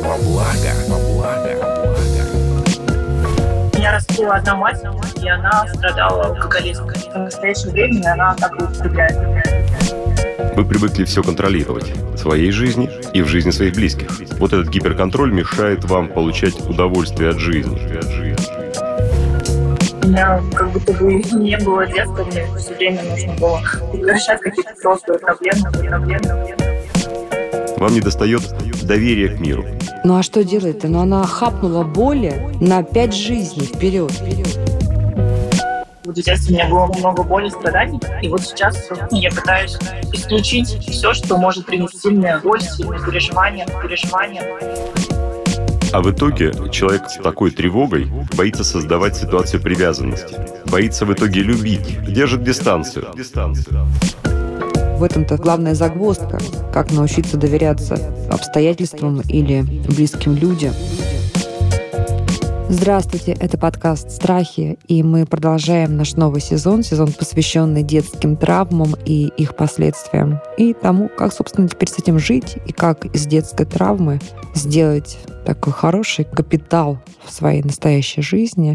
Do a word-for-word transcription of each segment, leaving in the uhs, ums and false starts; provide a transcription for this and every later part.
Во благо, во благо. Меня растила одна мать, и она страдала алкоголизмом. В настоящее время она так и употребляет. Вы привыкли все контролировать в своей жизни и в жизни своих близких. Вот этот гиперконтроль мешает вам получать удовольствие от жизни. У меня как будто бы не было детства, мне все время нужно было решать какие-то взрослые проблемы, проблемы. Вам недостает доверия к миру. Ну а что делать-то? Ну она хапнула боли на пять жизней вперед. В детстве у меня было много боли, страданий, и вот сейчас я пытаюсь исключить все, что может принести мне боль, сильные переживания, переживания. А в итоге человек с такой тревогой боится создавать ситуацию привязанности, боится в итоге любить, держит дистанцию. В этом-то главная загвоздка. Как научиться доверяться обстоятельствам или близким людям. Здравствуйте, это подкаст «Страхи», и мы продолжаем наш новый сезон, сезон, посвященный детским травмам и их последствиям, и тому, как, собственно, теперь с этим жить, и как из детской травмы сделать такой хороший капитал в своей настоящей жизни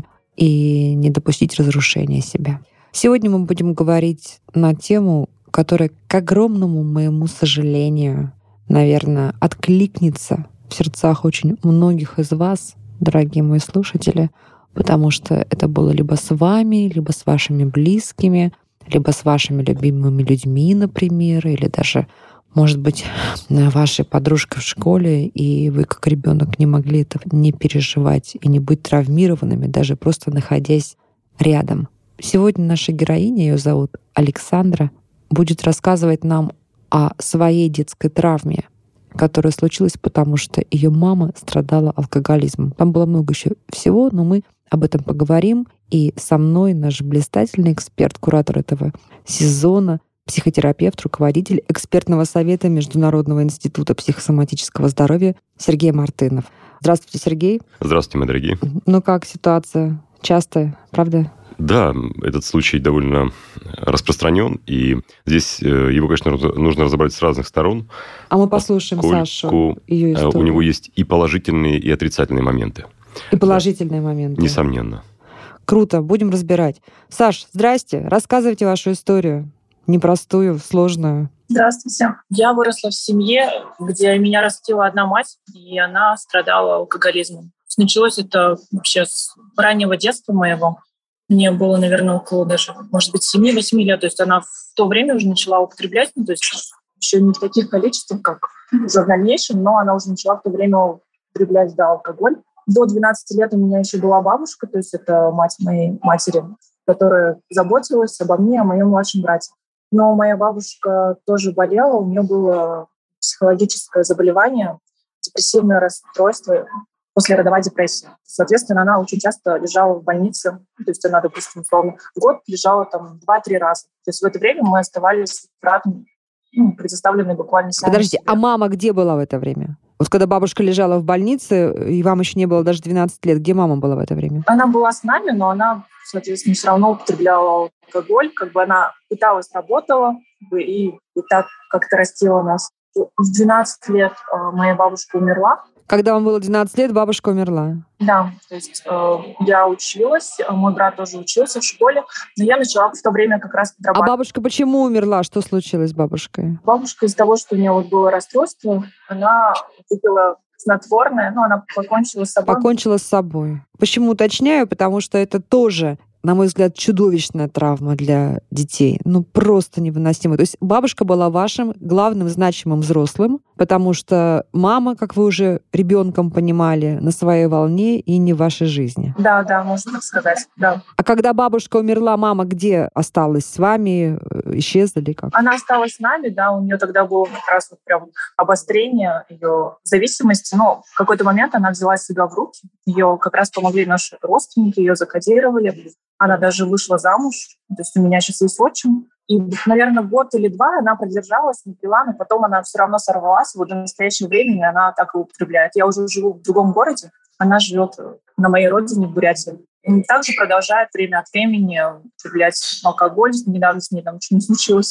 и не допустить разрушения себя. Сегодня мы будем говорить на тему, которая, к огромному моему сожалению, наверное, откликнется в сердцах очень многих из вас, дорогие мои слушатели, потому что это было либо с вами, либо с вашими близкими, либо с вашими любимыми людьми, например, или даже, может быть, вашей подружкой в школе, и вы как ребенок не могли этого не переживать и не быть травмированными, даже просто находясь рядом. Сегодня наша героиня, ее зовут Александра, будет рассказывать нам о своей детской травме, которая случилась, потому что ее мама страдала алкоголизмом. Там было много еще всего, но мы об этом поговорим. И со мной наш блистательный эксперт, куратор этого сезона, психотерапевт, руководитель экспертного совета Международного института психосоматического здоровья Сергей Мартынов. Здравствуйте, Сергей. Здравствуйте, мои дорогие. Ну как ситуация? Часто, правда? Да, этот случай довольно распространен, и здесь его, конечно, нужно разобрать с разных сторон. А мы послушаем Сашу, ее историю. У него есть и положительные, и отрицательные моменты. И положительные да. моменты. Несомненно. Круто, будем разбирать. Саш, здрасте, рассказывайте вашу историю. Непростую, сложную. Здравствуйте. Я выросла в семье, где меня растила одна мать, и она страдала алкоголизмом. Началось это вообще с раннего детства моего. Мне было, наверное, около даже, может быть, семь-восемь лет. То есть она в то время уже начала употреблять, ну, то есть еще не в таких количествах, как уже в дальнейшем, но она уже начала в то время употреблять, да, алкоголь. До двенадцати лет у меня еще была бабушка, то есть это мать моей матери, которая заботилась обо мне, о моем младшем брате. Но моя бабушка тоже болела, у нее было психологическое заболевание, депрессивное расстройство, послеродовая депрессия. Соответственно, она очень часто лежала в больнице, то есть она, допустим, условно, в год лежала там два-три раза. То есть в это время мы оставались с братом, ну, предоставлены буквально сами. Подождите, а мама где была в это время? Вот когда бабушка лежала в больнице, и вам еще не было даже двенадцать лет, где мама была в это время? Она была с нами, но она, соответственно, все равно употребляла алкоголь, как бы она пыталась, работала, и, и так как-то растила нас. В двенадцать лет моя бабушка умерла. Когда вам было двенадцать лет, бабушка умерла? Да, то есть э, я училась, мой брат тоже учился в школе, но я начала в то время как раз подрабатывать. А бабушка почему умерла? Что случилось с бабушкой? Бабушка из-за того, что у нее вот было расстройство, она выпила снотворное, но она покончила с собой. Покончила с собой. Почему уточняю? Потому что это тоже, на мой взгляд, чудовищная травма для детей. Ну, просто невыносимо. То есть бабушка была вашим главным значимым взрослым, потому что мама, как вы уже ребенком понимали, на своей волне и не в вашей жизни. Да, да, можно так сказать, да. А когда бабушка умерла, мама где осталась? С вами? Исчезла ли как? Она осталась с нами, да, у нее тогда было как раз вот прям обострение ее зависимости, но в какой-то момент она взяла себя в руки, ее как раз помогли наши родственники, ее закодировали, она даже вышла замуж, то есть у меня сейчас есть отчим. И, наверное, год или два она продержалась, не пила, но потом она все равно сорвалась. Вот до настоящего времени она так и употребляет. Я уже живу в другом городе, она живет на моей родине, в Бурятии. И также продолжает время от времени употреблять алкоголь. Недавно с ней там что-нибудь случилось.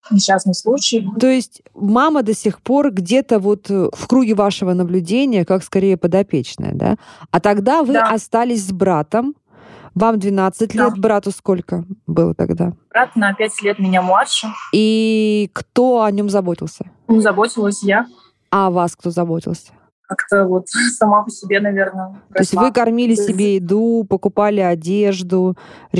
несчастный случай. То есть мама до сих пор где-то вот в круге вашего наблюдения, как скорее подопечная, да? А тогда вы Да. остались с братом. Вам двенадцать Да. лет, брату сколько было тогда? Брат на пять лет меня младше. И кто о нем заботился? Ну, заботилась я. А о вас кто заботился? Как-то вот сама по себе, наверное, То есть росла. вы кормили То есть- себе еду, покупали одежду,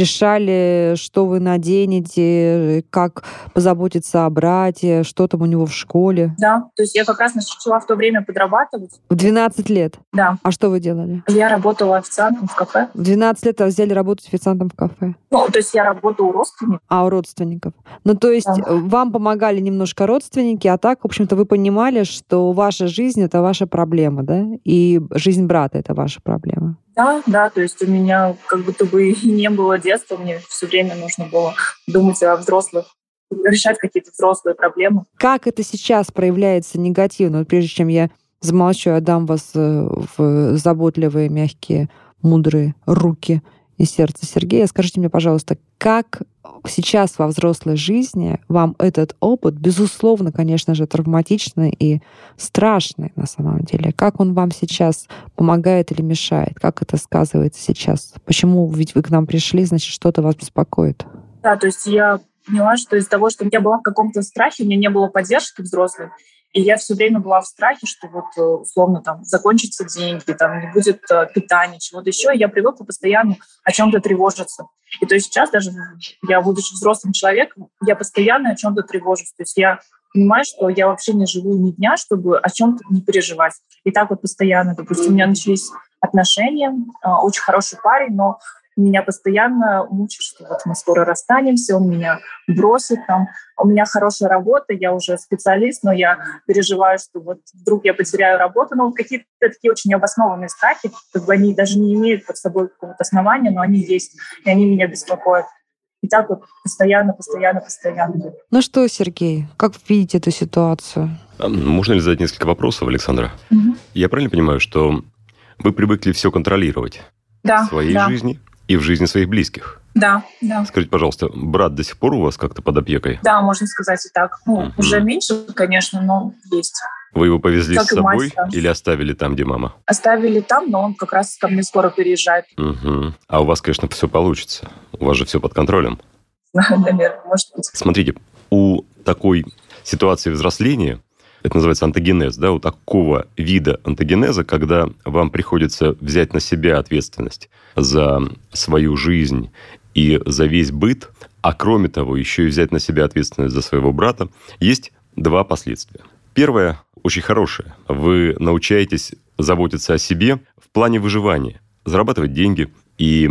решали, что вы наденете, как позаботиться о брате, что там у него в школе. Да, то есть я как раз начала в то время подрабатывать. В двенадцать лет. Да, А что вы делали? я работала официантом в кафе. В двенадцать лет взяли работать официантом в кафе. Ну, то есть я работала у родственников. А у родственников? Ну, то есть Да. вам помогали немножко родственники, а так, в общем-то, вы понимали, что ваша жизнь — это ваша проблема, да? И жизнь брата — это ваша проблема. Да, да, то есть у меня как будто бы и не было детства, мне все время нужно было думать о взрослых, решать какие-то взрослые проблемы. Как это сейчас проявляется негативно? Вот прежде чем я замолчу, отдам вас э, в заботливые, мягкие, мудрые руки и сердце Сергея. Скажите мне, пожалуйста, как сейчас во взрослой жизни вам этот опыт, безусловно, конечно же, травматичный и страшный на самом деле, как он вам сейчас помогает или мешает? Как это сказывается сейчас? Почему? Ведь вы к нам пришли, значит, что-то вас беспокоит. Да, то есть я поняла, что из-за того, что я была в каком-то страхе, у меня не было поддержки взрослой, и я все время была в страхе, что вот условно там закончатся деньги, там не будет э, питания, чего-то еще. И я привыкла постоянно о чем-то тревожиться. И то есть сейчас даже я, будучи взрослым человеком, я постоянно о чем-то тревожусь. То есть я понимаю, что я вообще не живу ни дня, чтобы о чем-то не переживать. И так вот постоянно. Допустим, у меня начались отношения, э, очень хороший парень, но меня постоянно мучает, что вот мы скоро расстанемся, он меня бросит. Там. У меня хорошая работа, я уже специалист, но я переживаю, что вот вдруг я потеряю работу. Ну, какие-то такие очень необоснованные страхи, как бы они даже не имеют под собой какого-то основания, но они есть, и они меня беспокоят. И так вот постоянно, постоянно, постоянно. Ну что, Сергей, как вы видите эту ситуацию? А можно ли задать несколько вопросов, Александра? Угу. Я правильно понимаю, что вы привыкли все контролировать Да, в своей да. жизни и в жизни своих близких? Да, да. Скажите, пожалуйста, брат до сих пор у вас как-то под опекой? Да, можно сказать и так. Ну, Мгм. уже меньше, конечно, но есть. Вы его повезли Как с и мать, собой да. или оставили там, где мама? Оставили там, но он как раз ко мне скоро переезжает. Угу. А у вас, конечно, все получится. У вас же все под контролем. Наверное, может быть. Смотрите, у такой ситуации взросления, это называется антогенез, да, у такого вида антогенеза, когда вам приходится взять на себя ответственность за свою жизнь и за весь быт, а кроме того, еще и взять на себя ответственность за своего брата, есть два последствия. Первое, очень хорошее. Вы научаетесь заботиться о себе в плане выживания, зарабатывать деньги и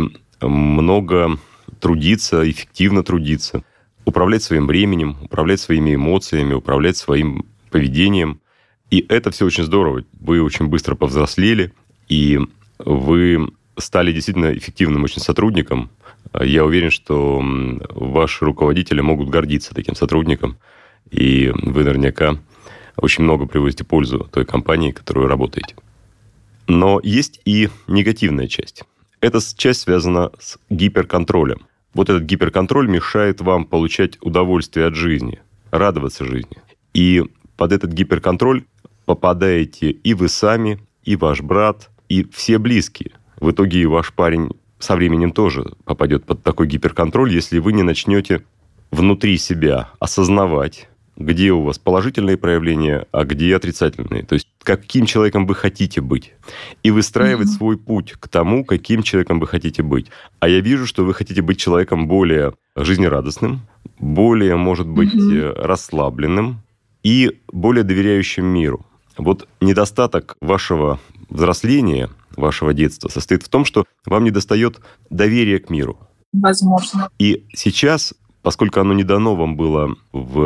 много трудиться, эффективно трудиться, управлять своим временем, управлять своими эмоциями, управлять своим поведением. И это все очень здорово. Вы очень быстро повзрослели, и вы стали действительно эффективным очень сотрудником. Я уверен, что ваши руководители могут гордиться таким сотрудником, и вы наверняка очень много привозите пользу той компании, в которой вы работаете. Но есть и негативная часть. Эта часть связана с гиперконтролем. Вот этот гиперконтроль мешает вам получать удовольствие от жизни, радоваться жизни. И под этот гиперконтроль попадаете и вы сами, и ваш брат, и все близкие. В итоге и ваш парень со временем тоже попадет под такой гиперконтроль, если вы не начнете внутри себя осознавать, где у вас положительные проявления, а где отрицательные. То есть каким человеком вы хотите быть. И выстраивать mm-hmm. свой путь к тому, каким человеком вы хотите быть. А я вижу, что вы хотите быть человеком более жизнерадостным, более, может быть, mm-hmm. расслабленным и более доверяющим миру. Вот недостаток вашего взросления, вашего детства состоит в том, что вам недостает доверия к миру. Возможно. И сейчас, поскольку оно не дано вам было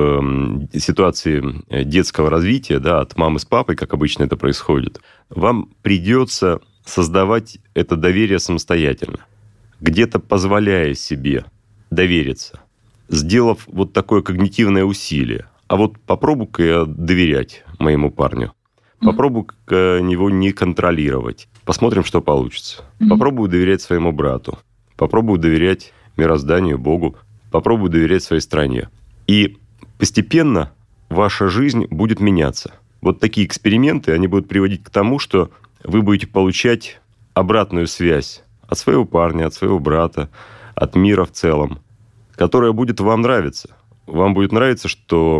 в ситуации детского развития, да, от мамы с папой, как обычно это происходит, вам придется создавать это доверие самостоятельно, где-то позволяя себе довериться, сделав вот такое когнитивное усилие. А вот попробуй-ка я доверять моему парню. Попробуй-ка его не контролировать. Посмотрим, что получится. Mm-hmm. Попробуй доверять своему брату. Попробуй доверять мирозданию, Богу. Попробуй доверять своей стране. И постепенно ваша жизнь будет меняться. Вот такие эксперименты, они будут приводить к тому, что вы будете получать обратную связь от своего парня, от своего брата, от мира в целом, которая будет вам нравиться. Вам будет нравиться, что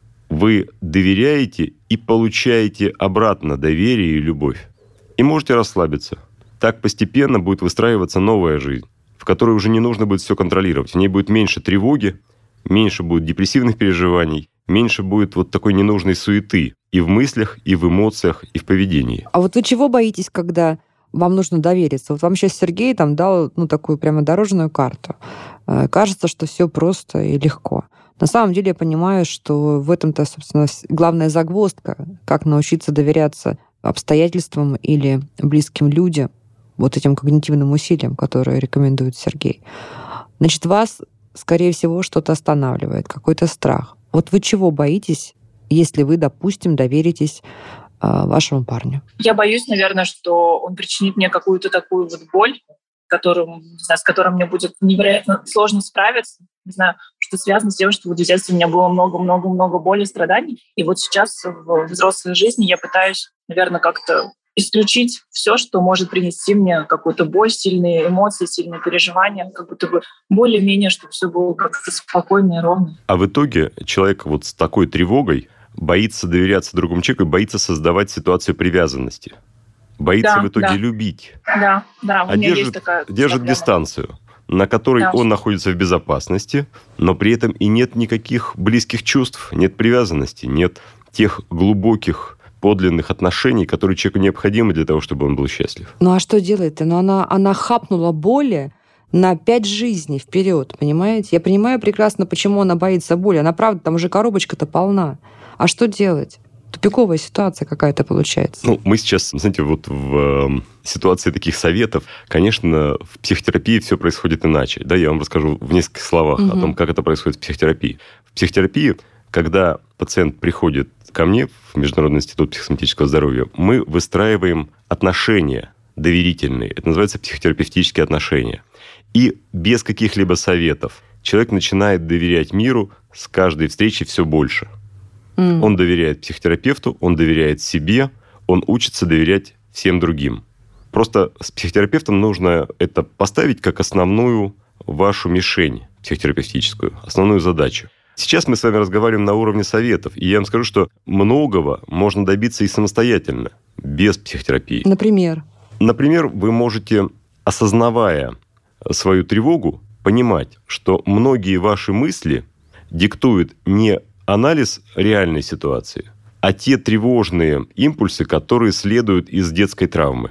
вы доверяете и получаете обратно доверие и любовь. И можете расслабиться. Так постепенно будет выстраиваться новая жизнь, в которой уже не нужно будет все контролировать. В ней будет меньше тревоги, меньше будет депрессивных переживаний, меньше будет вот такой ненужной суеты и в мыслях, и в эмоциях, и в поведении. А вот вы чего боитесь, когда вам нужно довериться? Вот вам сейчас Сергей там дал ну, такую прямо дорожную карту. Кажется, что все просто и легко. На самом деле я понимаю, что в этом-то, собственно, главная загвоздка, как научиться доверяться обстоятельствам или близким людям, вот этим когнитивным усилиям, которые рекомендует Сергей. Значит, вас, скорее всего, что-то останавливает, какой-то страх. Вот вы чего боитесь, если вы, допустим, доверитесь э, вашему парню? Я боюсь, наверное, что он причинит мне какую-то такую вот боль, которым, не знаю, с которым мне будет невероятно сложно справиться. Не знаю, что связано с тем, что вот в детстве у меня было много-много-много боли и страданий. И вот сейчас в взрослой жизни я пытаюсь, наверное, как-то исключить все, что может принести мне какую-то боль, сильные эмоции, сильные переживания, как будто бы более-менее, чтобы все было как-то спокойно и ровно. А в итоге человек вот с такой тревогой боится доверяться другому человеку и боится создавать ситуацию привязанности. Боится да, в итоге да. любить. Да, да, у а меня держит, есть такая держит проблема. дистанцию, на которой Да. он находится в безопасности, но при этом и нет никаких близких чувств, нет привязанности, нет тех глубоких, подлинных отношений, которые человеку необходимы для того, чтобы он был счастлив. Ну а что делает-то? Ну она, она хапнула боли на пять жизней вперед, понимаете? Я понимаю прекрасно, почему она боится боли. Она, правда, там уже коробочка-то полна. А что делать? Тупиковая ситуация какая-то получается. Ну, мы сейчас, знаете, вот в э, ситуации таких советов, конечно, в психотерапии все происходит иначе. Да, я вам расскажу в нескольких словах угу. о том, как это происходит в психотерапии. В психотерапии, когда пациент приходит ко мне в Международный институт психосоматического здоровья, мы выстраиваем отношения доверительные. Это называется психотерапевтические отношения. И без каких-либо советов человек начинает доверять миру с каждой встречи все больше. Mm. Он доверяет психотерапевту, он доверяет себе, он учится доверять всем другим. Просто с психотерапевтом нужно это поставить как основную вашу мишень психотерапевтическую, основную задачу. Сейчас мы с вами разговариваем на уровне советов, и я вам скажу, что многого можно добиться и самостоятельно, без психотерапии. Например? Например, вы можете, осознавая свою тревогу, понимать, что многие ваши мысли диктуют не анализ реальной ситуации, а те тревожные импульсы, которые следуют из детской травмы.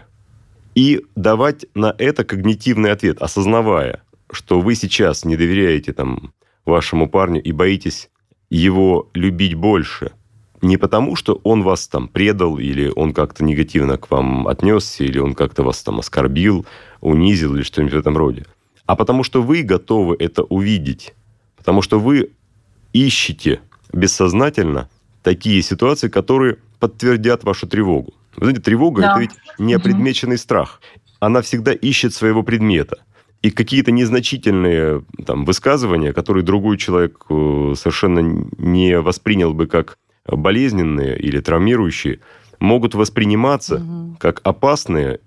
И давать на это когнитивный ответ, осознавая, что вы сейчас не доверяете там, вашему парню и боитесь его любить больше. Не потому, что он вас там предал, или он как-то негативно к вам отнесся, или он как-то вас там оскорбил, унизил, или что-нибудь в этом роде. А потому, что вы готовы это увидеть. Потому что вы ищете бессознательно такие ситуации, которые подтвердят вашу тревогу. Вы знаете, тревога да. – это ведь неопредмеченный страх. Она всегда ищет своего предмета. И какие-то незначительные там, высказывания, которые другой человек совершенно не воспринял бы как болезненные или травмирующие, могут восприниматься угу. как опасные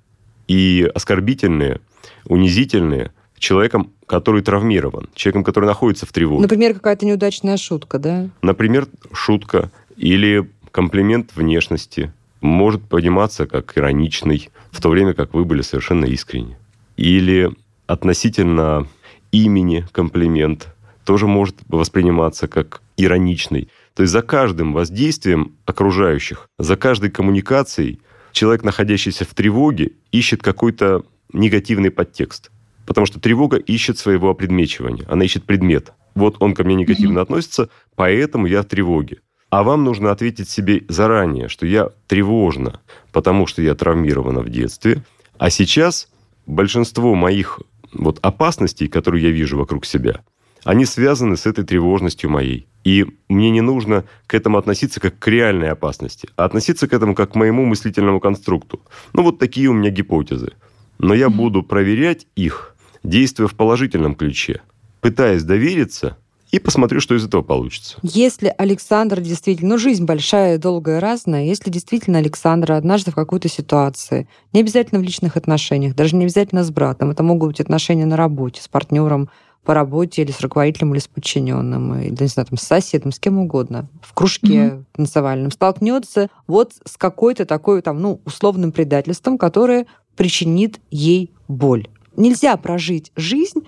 и оскорбительные, унизительные человеком, который травмирован, человеком, который находится в тревоге. Например, какая-то неудачная шутка, да? Например, шутка или комплимент внешности может пониматься как ироничный, в то время как вы были совершенно искренни. Или относительно имени комплимент тоже может восприниматься как ироничный. То есть за каждым воздействием окружающих, за каждой коммуникацией человек, находящийся в тревоге, ищет какой-то негативный подтекст. Потому что тревога ищет своего опредмечивания. Она ищет предмет. Вот он ко мне негативно mm-hmm. относится, поэтому я в тревоге. А вам нужно ответить себе заранее, что я тревожна, потому что я травмирована в детстве. А сейчас большинство моих вот опасностей, которые я вижу вокруг себя, они связаны с этой тревожностью моей. И мне не нужно к этому относиться как к реальной опасности, а относиться к этому как к моему мыслительному конструкту. Ну, вот такие у меня гипотезы. Но я буду проверять их, действуя в положительном ключе, пытаясь довериться и посмотрю, что из этого получится. Если Александр действительно... Ну, жизнь большая, долгая, разная. Если действительно Александр однажды в какой-то ситуации, не обязательно в личных отношениях, даже не обязательно с братом, это могут быть отношения на работе, с партнером по работе или с руководителем, или с подчиненным, или, не знаю, там, с соседом, с кем угодно, в кружке mm-hmm. танцевальном, столкнется вот с какой-то такой, там, ну, условным предательством, которое причинит ей боль. Нельзя прожить жизнь,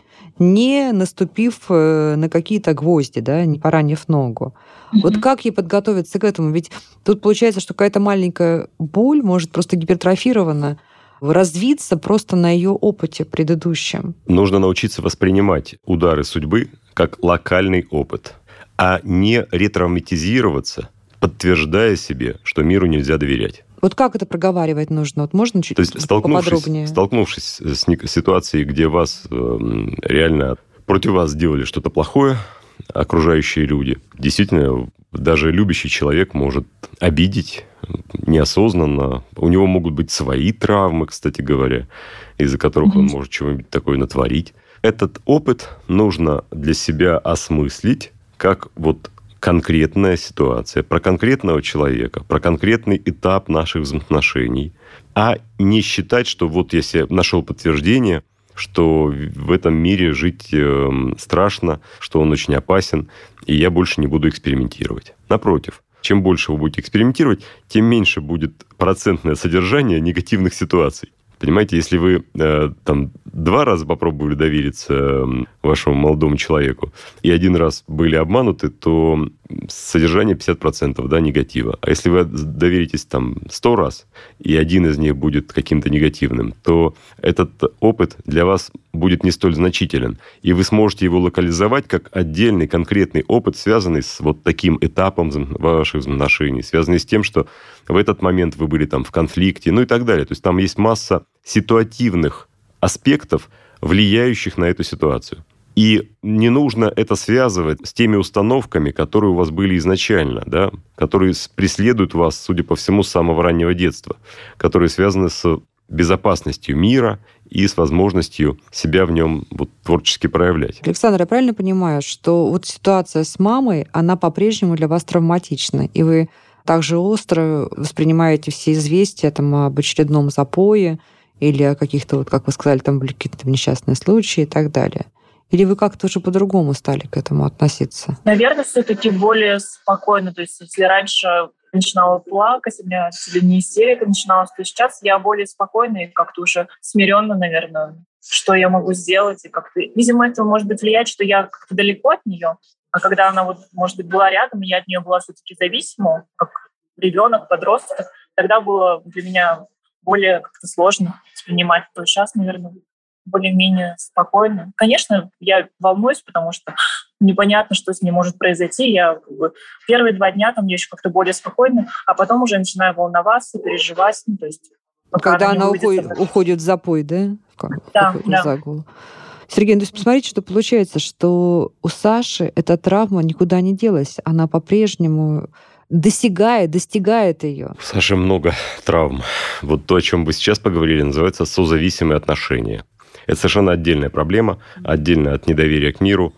не наступив на какие-то гвозди, да, не поранив ногу. Mm-hmm. Вот как ей подготовиться к этому? Ведь тут получается, что какая-то маленькая боль может просто гипертрофирована развиться просто на ее опыте предыдущем. Нужно научиться воспринимать удары судьбы как локальный опыт, а не ретравматизироваться, подтверждая себе, что миру нельзя доверять. Вот как это проговаривать нужно? Вот можно чуть То есть, столкнувшись, поподробнее? Столкнувшись с ситуацией, где вас э, реально против вас сделали что-то плохое, окружающие люди, действительно, даже любящий человек может обидеть неосознанно. У него могут быть свои травмы, кстати говоря, из-за которых mm-hmm. он может чего-нибудь такое натворить. Этот опыт нужно для себя осмыслить как вот конкретная ситуация, про конкретного человека, про конкретный этап наших взаимоотношений, а не считать, что вот я себе нашел подтверждение, что в этом мире жить э, страшно, что он очень опасен, и я больше не буду экспериментировать. Напротив, чем больше вы будете экспериментировать, тем меньше будет процентное содержание негативных ситуаций. Понимаете, если вы э, там два раза попробовали довериться э, вашему молодому человеку и один раз были обмануты, то содержание пятьдесят процентов, да, негатива. А если вы доверитесь там сто раз, и один из них будет каким-то негативным, то этот опыт для вас будет не столь значителен. И вы сможете его локализовать как отдельный конкретный опыт, связанный с вот таким этапом ваших взаимоотношений, связанный с тем, что в этот момент вы были там в конфликте, ну и так далее. То есть там есть масса ситуативных аспектов, влияющих на эту ситуацию. И не нужно это связывать с теми установками, которые у вас были изначально, да, которые преследуют вас, судя по всему, с самого раннего детства, которые связаны с безопасностью мира и с возможностью себя в нем вот творчески проявлять. Александр, я правильно понимаю, что вот ситуация с мамой, она по-прежнему для вас травматична, и вы также остро воспринимаете все известия там, об очередном запое или о каких-то, вот, как вы сказали, там были какие-то несчастные случаи и так далее? Или вы как-то уже по-другому стали к этому относиться? Наверное, все-таки более спокойно. То есть если раньше начинала плакать, у меня или не истерика начиналась, то сейчас я более спокойна и как-то уже смиренно, наверное, что я могу сделать. И как-то, видимо, это может быть влиять, что я как-то далеко от нее. А когда она, вот, может быть, была рядом, и я от нее была все-таки зависима, как ребенок, подросток, тогда было для меня более как-то сложно воспринимать. То сейчас, наверное, более-менее спокойно. Конечно, я волнуюсь, потому что непонятно, что с ней может произойти. Я как бы, первые два дня там я еще как-то более спокойна, а потом уже начинаю волноваться, переживать. Ну, то есть, пока когда она, она уходит, уходит в запой, да? Как, да, да. За голову. Сергей, ну, то есть посмотрите, что получается, что у Саши эта травма никуда не делась. Она по-прежнему досягает, достигает ее. У Саши много травм. Вот то, о чем вы сейчас поговорили, называется созависимые отношения. Это совершенно отдельная проблема, отдельно от недоверия к миру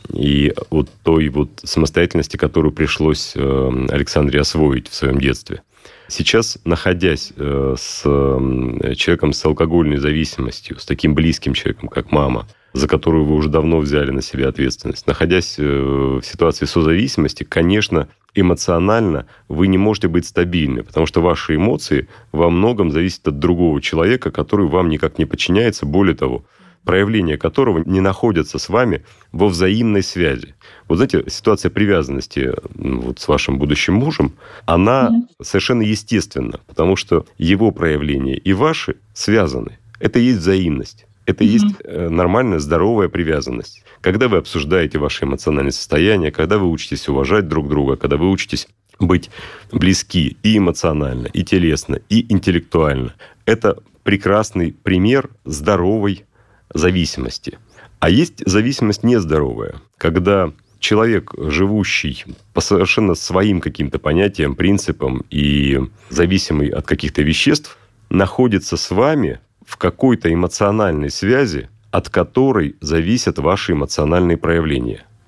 и от той вот самостоятельности, которую пришлось Александре освоить в своем детстве. Сейчас, находясь с человеком с алкогольной зависимостью, с таким близким человеком, как мама, за которую вы уже давно взяли на себя ответственность, находясь в ситуации созависимости, конечно, эмоционально вы не можете быть стабильны, потому что ваши эмоции во многом зависят от другого человека, который вам никак не подчиняется, более того, проявления которого не находятся с вами во взаимной связи. Вот знаете, ситуация привязанности вот, с вашим будущим мужем, она mm-hmm. совершенно естественна, потому что его проявления и ваши связаны. Это и есть взаимность. Это и mm-hmm. есть нормальная, здоровая привязанность. Когда вы обсуждаете ваше эмоциональное состояние, когда вы учитесь уважать друг друга, когда вы учитесь быть близки и эмоционально, и телесно, и интеллектуально, это прекрасный пример здоровой зависимости. А есть зависимость нездоровая, когда человек, живущий по совершенно своим каким-то понятиям, принципам и зависимый от каких-то веществ, находится с вами в какой-то эмоциональной связи, от которой зависят ваши эмоциональные проявления.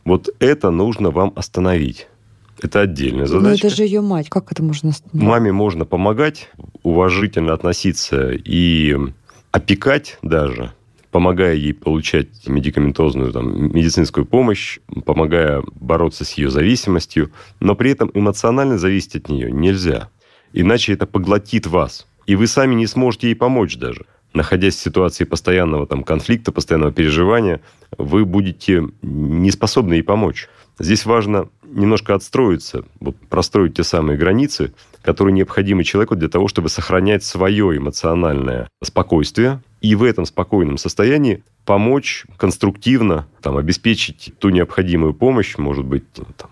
Вот это нужно вам остановить. Это отдельная задача. Но это же ее мать. Как это можно остановить? Маме можно помогать, уважительно относиться и опекать даже, помогая ей получать медикаментозную, там, медицинскую помощь, помогая бороться с ее зависимостью, но при этом эмоционально зависеть от нее нельзя. Иначе это поглотит вас. И вы сами не сможете ей помочь даже. Находясь в ситуации постоянного там, конфликта, постоянного переживания, вы будете не способны ей помочь. Здесь важно немножко отстроиться, вот простроить те самые границы, которые необходимы человеку для того, чтобы сохранять свое эмоциональное спокойствие и в этом спокойном состоянии помочь конструктивно, там, обеспечить ту необходимую помощь, может быть, там,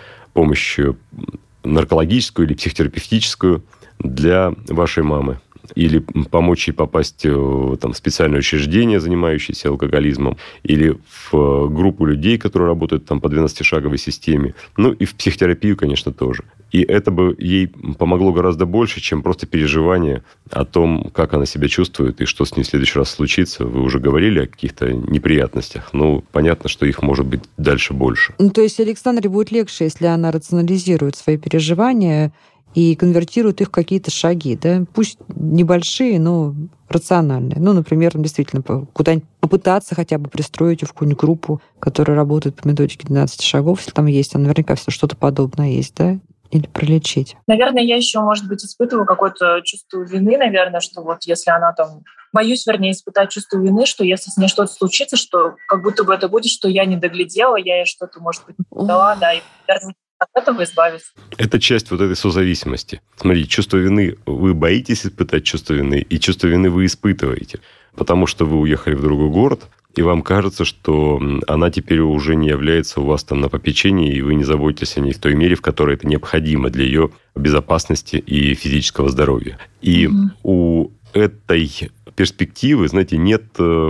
помощь наркологическую или психотерапевтическую для вашей мамы. Или помочь ей попасть там, в специальное учреждение, занимающееся алкоголизмом, или в группу людей, которые работают там, по двенадцатишаговой системе. Ну и в психотерапию, конечно, тоже. И это бы ей помогло гораздо больше, чем просто переживание о том, как она себя чувствует и что с ней в следующий раз случится. Вы уже говорили о каких-то неприятностях. Ну, понятно, что их может быть дальше больше. Ну, то есть Александре будет легче, если она рационализирует свои переживания и конвертируют их в какие-то шаги, да, пусть небольшие, но рациональные. Ну, например, действительно, куда-нибудь попытаться хотя бы пристроить в какую-нибудь группу, которая работает по методике двенадцати шагов, если там есть, там наверняка все что-то подобное есть, да, или пролечить. Наверное, я еще, может быть, испытываю какое-то чувство вины, наверное, что вот если она там... Боюсь, вернее, испытать чувство вины, что если с ней что-то случится, что как будто бы это будет, что я не доглядела, я ей что-то, может быть, не дала, да, и, наверное, от этого избавиться. Это часть вот этой созависимости. Смотрите, чувство вины, вы боитесь испытать чувство вины, и чувство вины вы испытываете, потому что вы уехали в другой город, и вам кажется, что она теперь уже не является у вас там на попечении, и вы не заботитесь о ней в той мере, в которой это необходимо для ее безопасности и физического здоровья. И mm-hmm. у этой перспективы, знаете, нет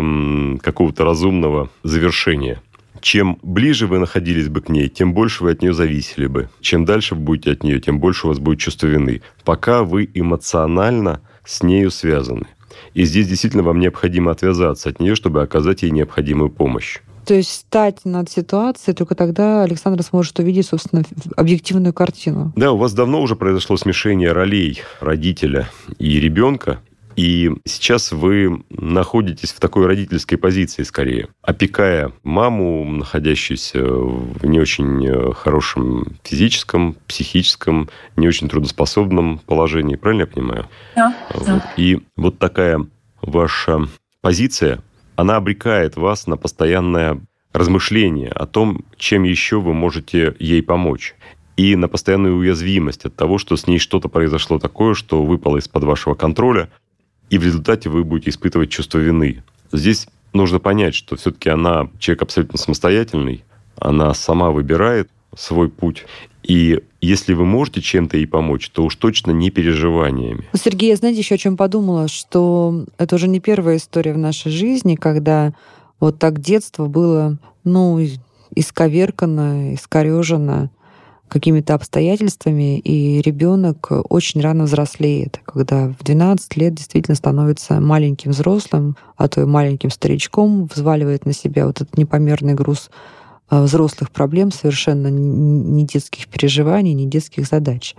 э, какого-то разумного завершения. Чем ближе вы находились бы к ней, тем больше вы от нее зависели бы. Чем дальше вы будете от нее, тем больше у вас будет чувство вины. Пока вы эмоционально с нею связаны. И здесь действительно вам необходимо отвязаться от нее, чтобы оказать ей необходимую помощь. То есть встать над ситуацией, только тогда Александр сможет увидеть, собственно, объективную картину. Да, у вас давно уже произошло смешение ролей родителя и ребенка. И сейчас вы находитесь в такой родительской позиции, скорее. Опекая маму, находящуюся в не очень хорошем физическом, психическом, не очень трудоспособном положении. Правильно я понимаю? Да. Вот. И вот такая ваша позиция, она обрекает вас на постоянное размышление о том, чем еще вы можете ей помочь. И на постоянную уязвимость от того, что с ней что-то произошло такое, что выпало из-под вашего контроля, и в результате вы будете испытывать чувство вины. Здесь нужно понять, что все-таки она человек абсолютно самостоятельный, она сама выбирает свой путь. И если вы можете чем-то ей помочь, то уж точно не переживаниями. Сергей, я, знаете, еще о чем подумала, что это уже не первая история в нашей жизни, когда вот так детство было, ну, исковеркано, искорежено какими-то обстоятельствами, и ребенок очень рано взрослеет, когда в двенадцать лет действительно становится маленьким взрослым, а то и маленьким старичком, взваливает на себя вот этот непомерный груз взрослых проблем, совершенно не детских переживаний, не детских задач.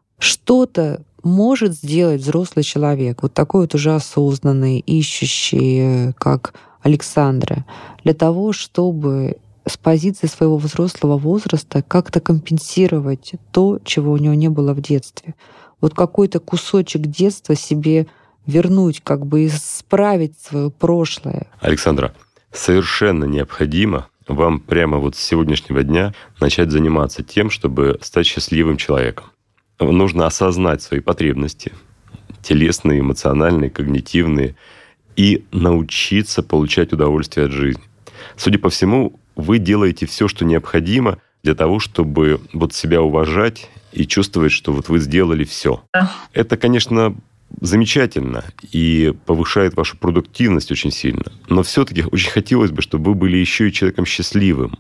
Что-то может сделать взрослый человек, вот такой вот уже осознанный, ищущий, как Александра, для того, чтобы с позиции своего взрослого возраста как-то компенсировать то, чего у него не было в детстве. Вот какой-то кусочек детства себе вернуть, как бы исправить свое прошлое. Александра, совершенно необходимо вам прямо вот с сегодняшнего дня начать заниматься тем, чтобы стать счастливым человеком. Нужно осознать свои потребности, телесные, эмоциональные, когнитивные, и научиться получать удовольствие от жизни. Судя по всему, вы делаете все, что необходимо для того, чтобы вот себя уважать и чувствовать, что вот вы сделали все. Это, конечно, замечательно и повышает вашу продуктивность очень сильно. Но все-таки очень хотелось бы, чтобы вы были еще и человеком счастливым.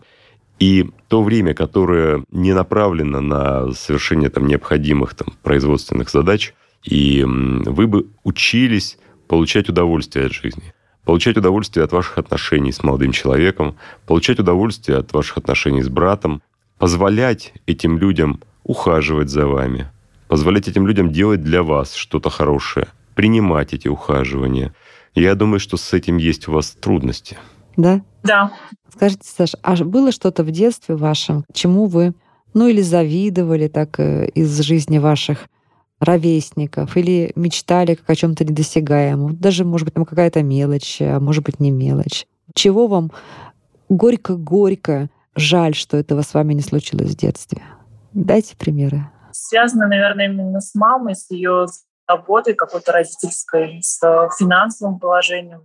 И то время, которое не направлено на совершение там, необходимых там, производственных задач, и вы бы учились получать удовольствие от жизни. получать удовольствие от ваших отношений с молодым человеком, получать удовольствие от ваших отношений с братом, позволять этим людям ухаживать за вами, позволять этим людям делать для вас что-то хорошее, принимать эти ухаживания. Я думаю, что с этим есть у вас трудности. Да? Да. Скажите, Саша, а было что-то в детстве вашем, чему вы, ну, или завидовали так из жизни ваших ровесников, или мечтали как о чем-то недосягаемом? Даже, может быть, там какая-то мелочь, а может быть, не мелочь. Чего вам горько-горько жаль, что этого с вами не случилось в детстве? Дайте примеры. Связано, наверное, именно с мамой, с ее заботой какой-то родительской, с финансовым положением.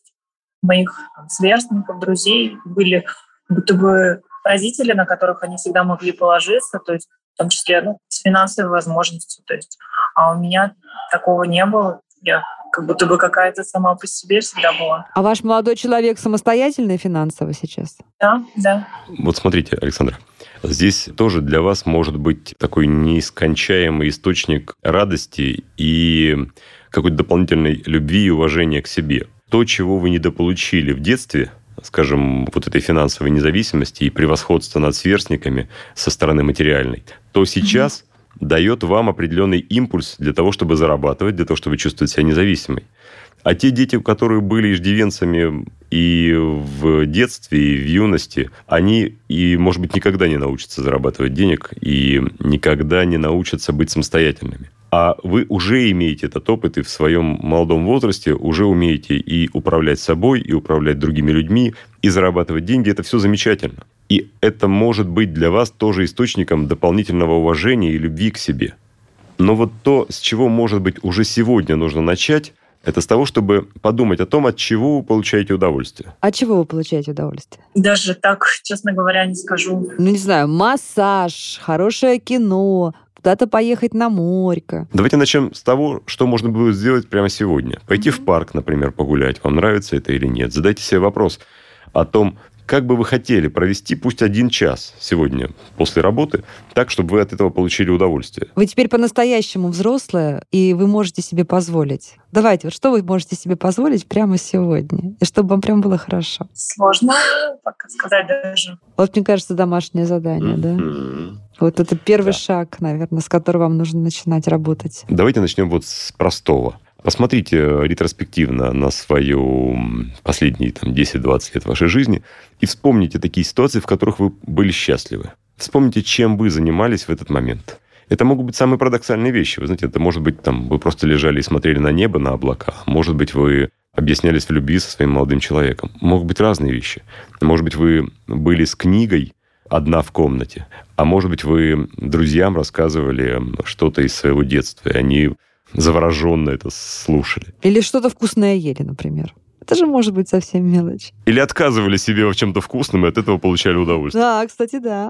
Моих там, сверстников, друзей были будто бы родители, на которых они всегда могли положиться, то есть в том числе ну, с финансовой возможностью. То есть, а у меня такого не было. Я как будто бы какая-то сама по себе всегда была. А ваш молодой человек самостоятельный финансово сейчас? Да, да. Вот смотрите, Александра, здесь тоже для вас может быть такой неискончаемый источник радости и какой-то дополнительной любви и уважения к себе. То, чего вы недополучили в детстве, скажем, вот этой финансовой независимости и превосходства над сверстниками со стороны материальной, то сейчас mm-hmm. дает вам определенный импульс для того, чтобы зарабатывать, для того, чтобы чувствовать себя независимой. А те дети, которые были иждивенцами и в детстве, и в юности, они, и, может быть, никогда не научатся зарабатывать денег и никогда не научатся быть самостоятельными. А вы уже имеете этот опыт, и в своем молодом возрасте уже умеете и управлять собой, и управлять другими людьми, и зарабатывать деньги. Это все замечательно. И это может быть для вас тоже источником дополнительного уважения и любви к себе. Но вот то, с чего, может быть, уже сегодня нужно начать, это с того, чтобы подумать о том, от чего вы получаете удовольствие. От чего вы получаете удовольствие? Даже так, честно говоря, не скажу. Ну, не знаю, массаж, хорошее кино, куда-то поехать на морько. Давайте начнем с того, что можно было сделать прямо сегодня. Пойти mm-hmm. в парк, например, погулять. Вам нравится это или нет? Задайте себе вопрос о том, как бы вы хотели провести пусть один час сегодня после работы, так, чтобы вы от этого получили удовольствие. Вы теперь по-настоящему взрослая, и вы можете себе позволить. Давайте, вот что вы можете себе позволить прямо сегодня, и чтобы вам прям было хорошо? Сложно пока сказать даже. Вот, мне кажется, домашнее задание, mm-hmm. да? Вот это первый да. шаг, наверное, с которого вам нужно начинать работать. Давайте начнем вот с простого. Посмотрите ретроспективно на свою последние там, десять-двадцать лет вашей жизни и вспомните такие ситуации, в которых вы были счастливы. Вспомните, чем вы занимались в этот момент. Это могут быть самые парадоксальные вещи. Вы знаете, это может быть, там, вы просто лежали и смотрели на небо, на облака. Может быть, вы объяснялись в любви со своим молодым человеком. Могут быть разные вещи. Может быть, вы были с книгой одна в комнате. А может быть, вы друзьям рассказывали что-то из своего детства, и они завороженно это слушали. Или что-то вкусное ели, например. Это же может быть совсем мелочь. Или отказывали себе в чем-то вкусном, и от этого получали удовольствие. Да, кстати, да.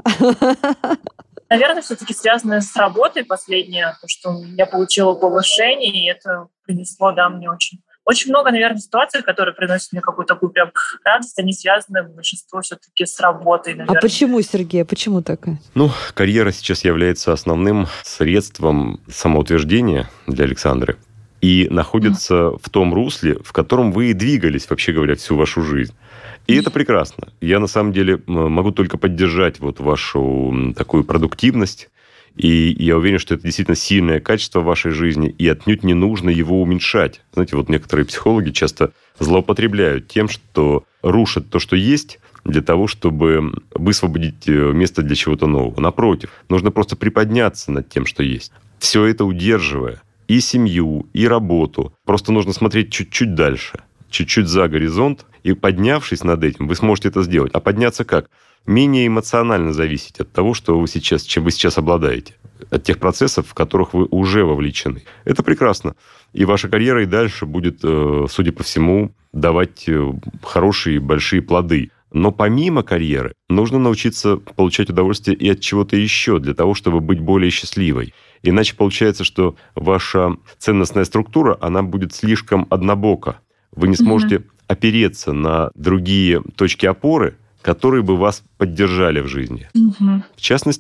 Наверное, все-таки связано с работой последнее, то, что я получила повышение, и это принесло, да, мне очень... Очень много, наверное, ситуаций, которые приносят мне какую-то такую прям радость, они связаны большинство все-таки с работой, наверное. А почему, Сергей, почему так? Ну, карьера сейчас является основным средством самоутверждения для Александры и находится mm. в том русле, в котором вы и двигались, вообще говоря, всю вашу жизнь. И mm. это прекрасно. Я, на самом деле, могу только поддержать вот вашу такую продуктивность. И я уверен, что это действительно сильное качество в вашей жизни, и отнюдь не нужно его уменьшать. Знаете, вот некоторые психологи часто злоупотребляют тем, что рушат то, что есть, для того, чтобы высвободить место для чего-то нового. Напротив, нужно просто приподняться над тем, что есть. Все это удерживая и семью, и работу. Просто нужно смотреть чуть-чуть дальше, чуть-чуть за горизонт, и поднявшись над этим, вы сможете это сделать. А подняться как? Менее эмоционально зависеть от того, что вы сейчас, чем вы сейчас обладаете, от тех процессов, в которых вы уже вовлечены. Это прекрасно. И ваша карьера и дальше будет, судя по всему, давать хорошие большие плоды. Но помимо карьеры нужно научиться получать удовольствие и от чего-то еще, для того, чтобы быть более счастливой. Иначе получается, что ваша ценностная структура, она будет слишком однобока. Вы не сможете mm-hmm. опереться на другие точки опоры, которые бы вас поддержали в жизни. Угу. В частности,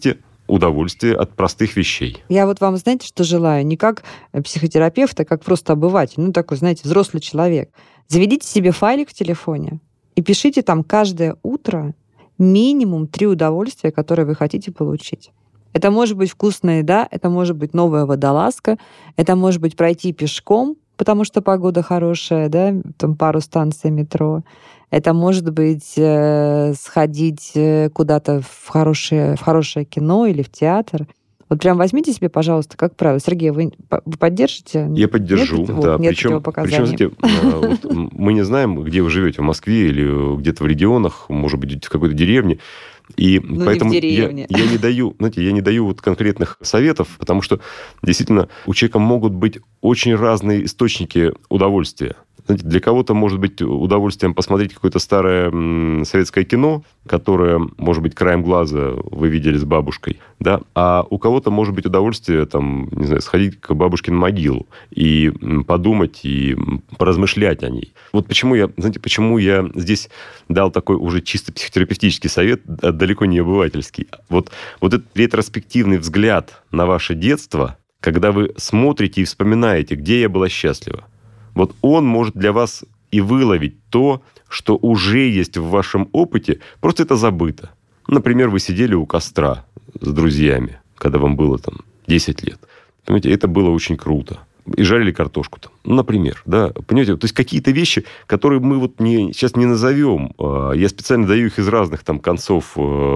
удовольствие от простых вещей. Я вот вам, знаете, что желаю? Не как психотерапевт, а как просто обыватель, ну такой, знаете, взрослый человек. Заведите себе файлик в телефоне и пишите там каждое утро минимум три удовольствия, которые вы хотите получить. Это может быть вкусная еда, это может быть новая водолазка, это может быть пройти пешком, потому что погода хорошая, да, там пару станций метро. Это может быть э, сходить куда-то в хорошее, в хорошее кино или в театр. Вот прям возьмите себе, пожалуйста, как правило. Сергей, вы, вы поддержите? Я поддержу, нет, да. Вот, нет причем, причем, знаете, вот мы не знаем, где вы живете, в Москве или где-то в регионах, может быть, в какой-то деревне. И ну, поэтому не в деревне. я, я не даю, знаете, я не даю вот конкретных советов, потому что действительно у человека могут быть очень разные источники удовольствия. Знаете, для кого-то может быть удовольствием посмотреть какое-то старое м, советское кино, которое, может быть, краем глаза вы видели с бабушкой, да, а у кого-то может быть удовольствие, там, не знаю, сходить к бабушке на могилу и м, подумать, и м, поразмышлять о ней. Вот почему я, знаете, почему я здесь дал такой уже чисто психотерапевтический совет, далеко не обывательский. Вот, вот этот ретроспективный взгляд на ваше детство, когда вы смотрите и вспоминаете, где я была счастлива. Вот он может для вас и выловить то, что уже есть в вашем опыте, просто это забыто. Например, вы сидели у костра с друзьями, когда вам было там десять лет. Понимаете, это было очень круто. И жарили картошку там, например, да, понимаете, то есть какие-то вещи, которые мы вот не, сейчас не назовем, я специально даю их из разных там концов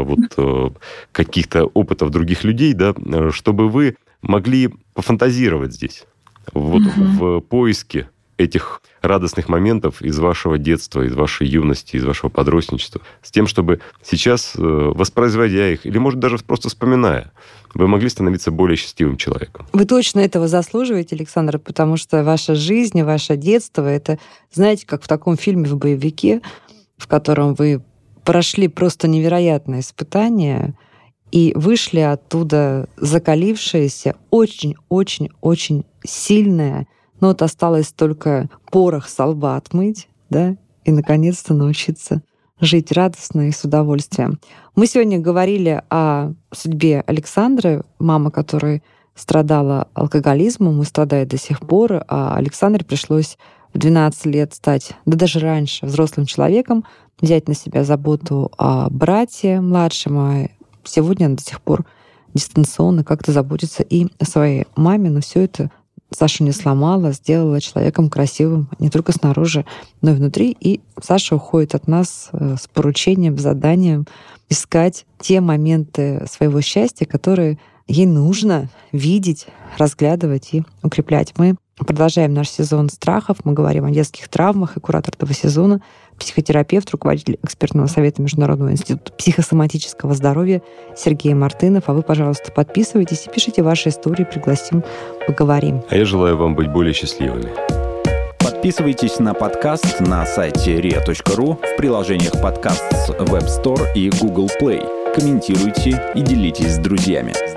вот каких-то опытов других людей, да, чтобы вы могли пофантазировать здесь, вот uh-huh. в поиске этих радостных моментов из вашего детства, из вашей юности, из вашего подростничества, с тем, чтобы сейчас, воспроизводя их, или, может, даже просто вспоминая, вы могли становиться более счастливым человеком. Вы точно этого заслуживаете, Александр, потому что ваша жизнь, ваше детство, это, знаете, как в таком фильме в боевике, в котором вы прошли просто невероятные испытания и вышли оттуда закалившиеся, очень-очень-очень сильные. Но вот осталось только порох со лба отмыть, да, и, наконец-то, научиться жить радостно и с удовольствием. Мы сегодня говорили о судьбе Александры, мама которой страдала алкоголизмом и страдает до сих пор, а Александре пришлось в двенадцать лет стать, да даже раньше, взрослым человеком, взять на себя заботу о брате младшем, а сегодня она до сих пор дистанционно как-то заботится и о своей маме, но все это Сашу не сломала, сделала человеком красивым не только снаружи, но и внутри. И Саша уходит от нас с поручением, заданием искать те моменты своего счастья, которые ей нужно видеть, разглядывать и укреплять. Мы продолжаем наш сезон страхов. Мы говорим о детских травмах. И куратор этого сезона, психотерапевт, руководитель экспертного совета Международного института психосоматического здоровья Сергей Мартынов. А вы, пожалуйста, подписывайтесь и пишите ваши истории, пригласим, поговорим. А я желаю вам быть более счастливыми. Подписывайтесь на подкаст на сайте риа точка ру, в приложениях подкаст с Web Store и Google Play. Комментируйте и делитесь с друзьями.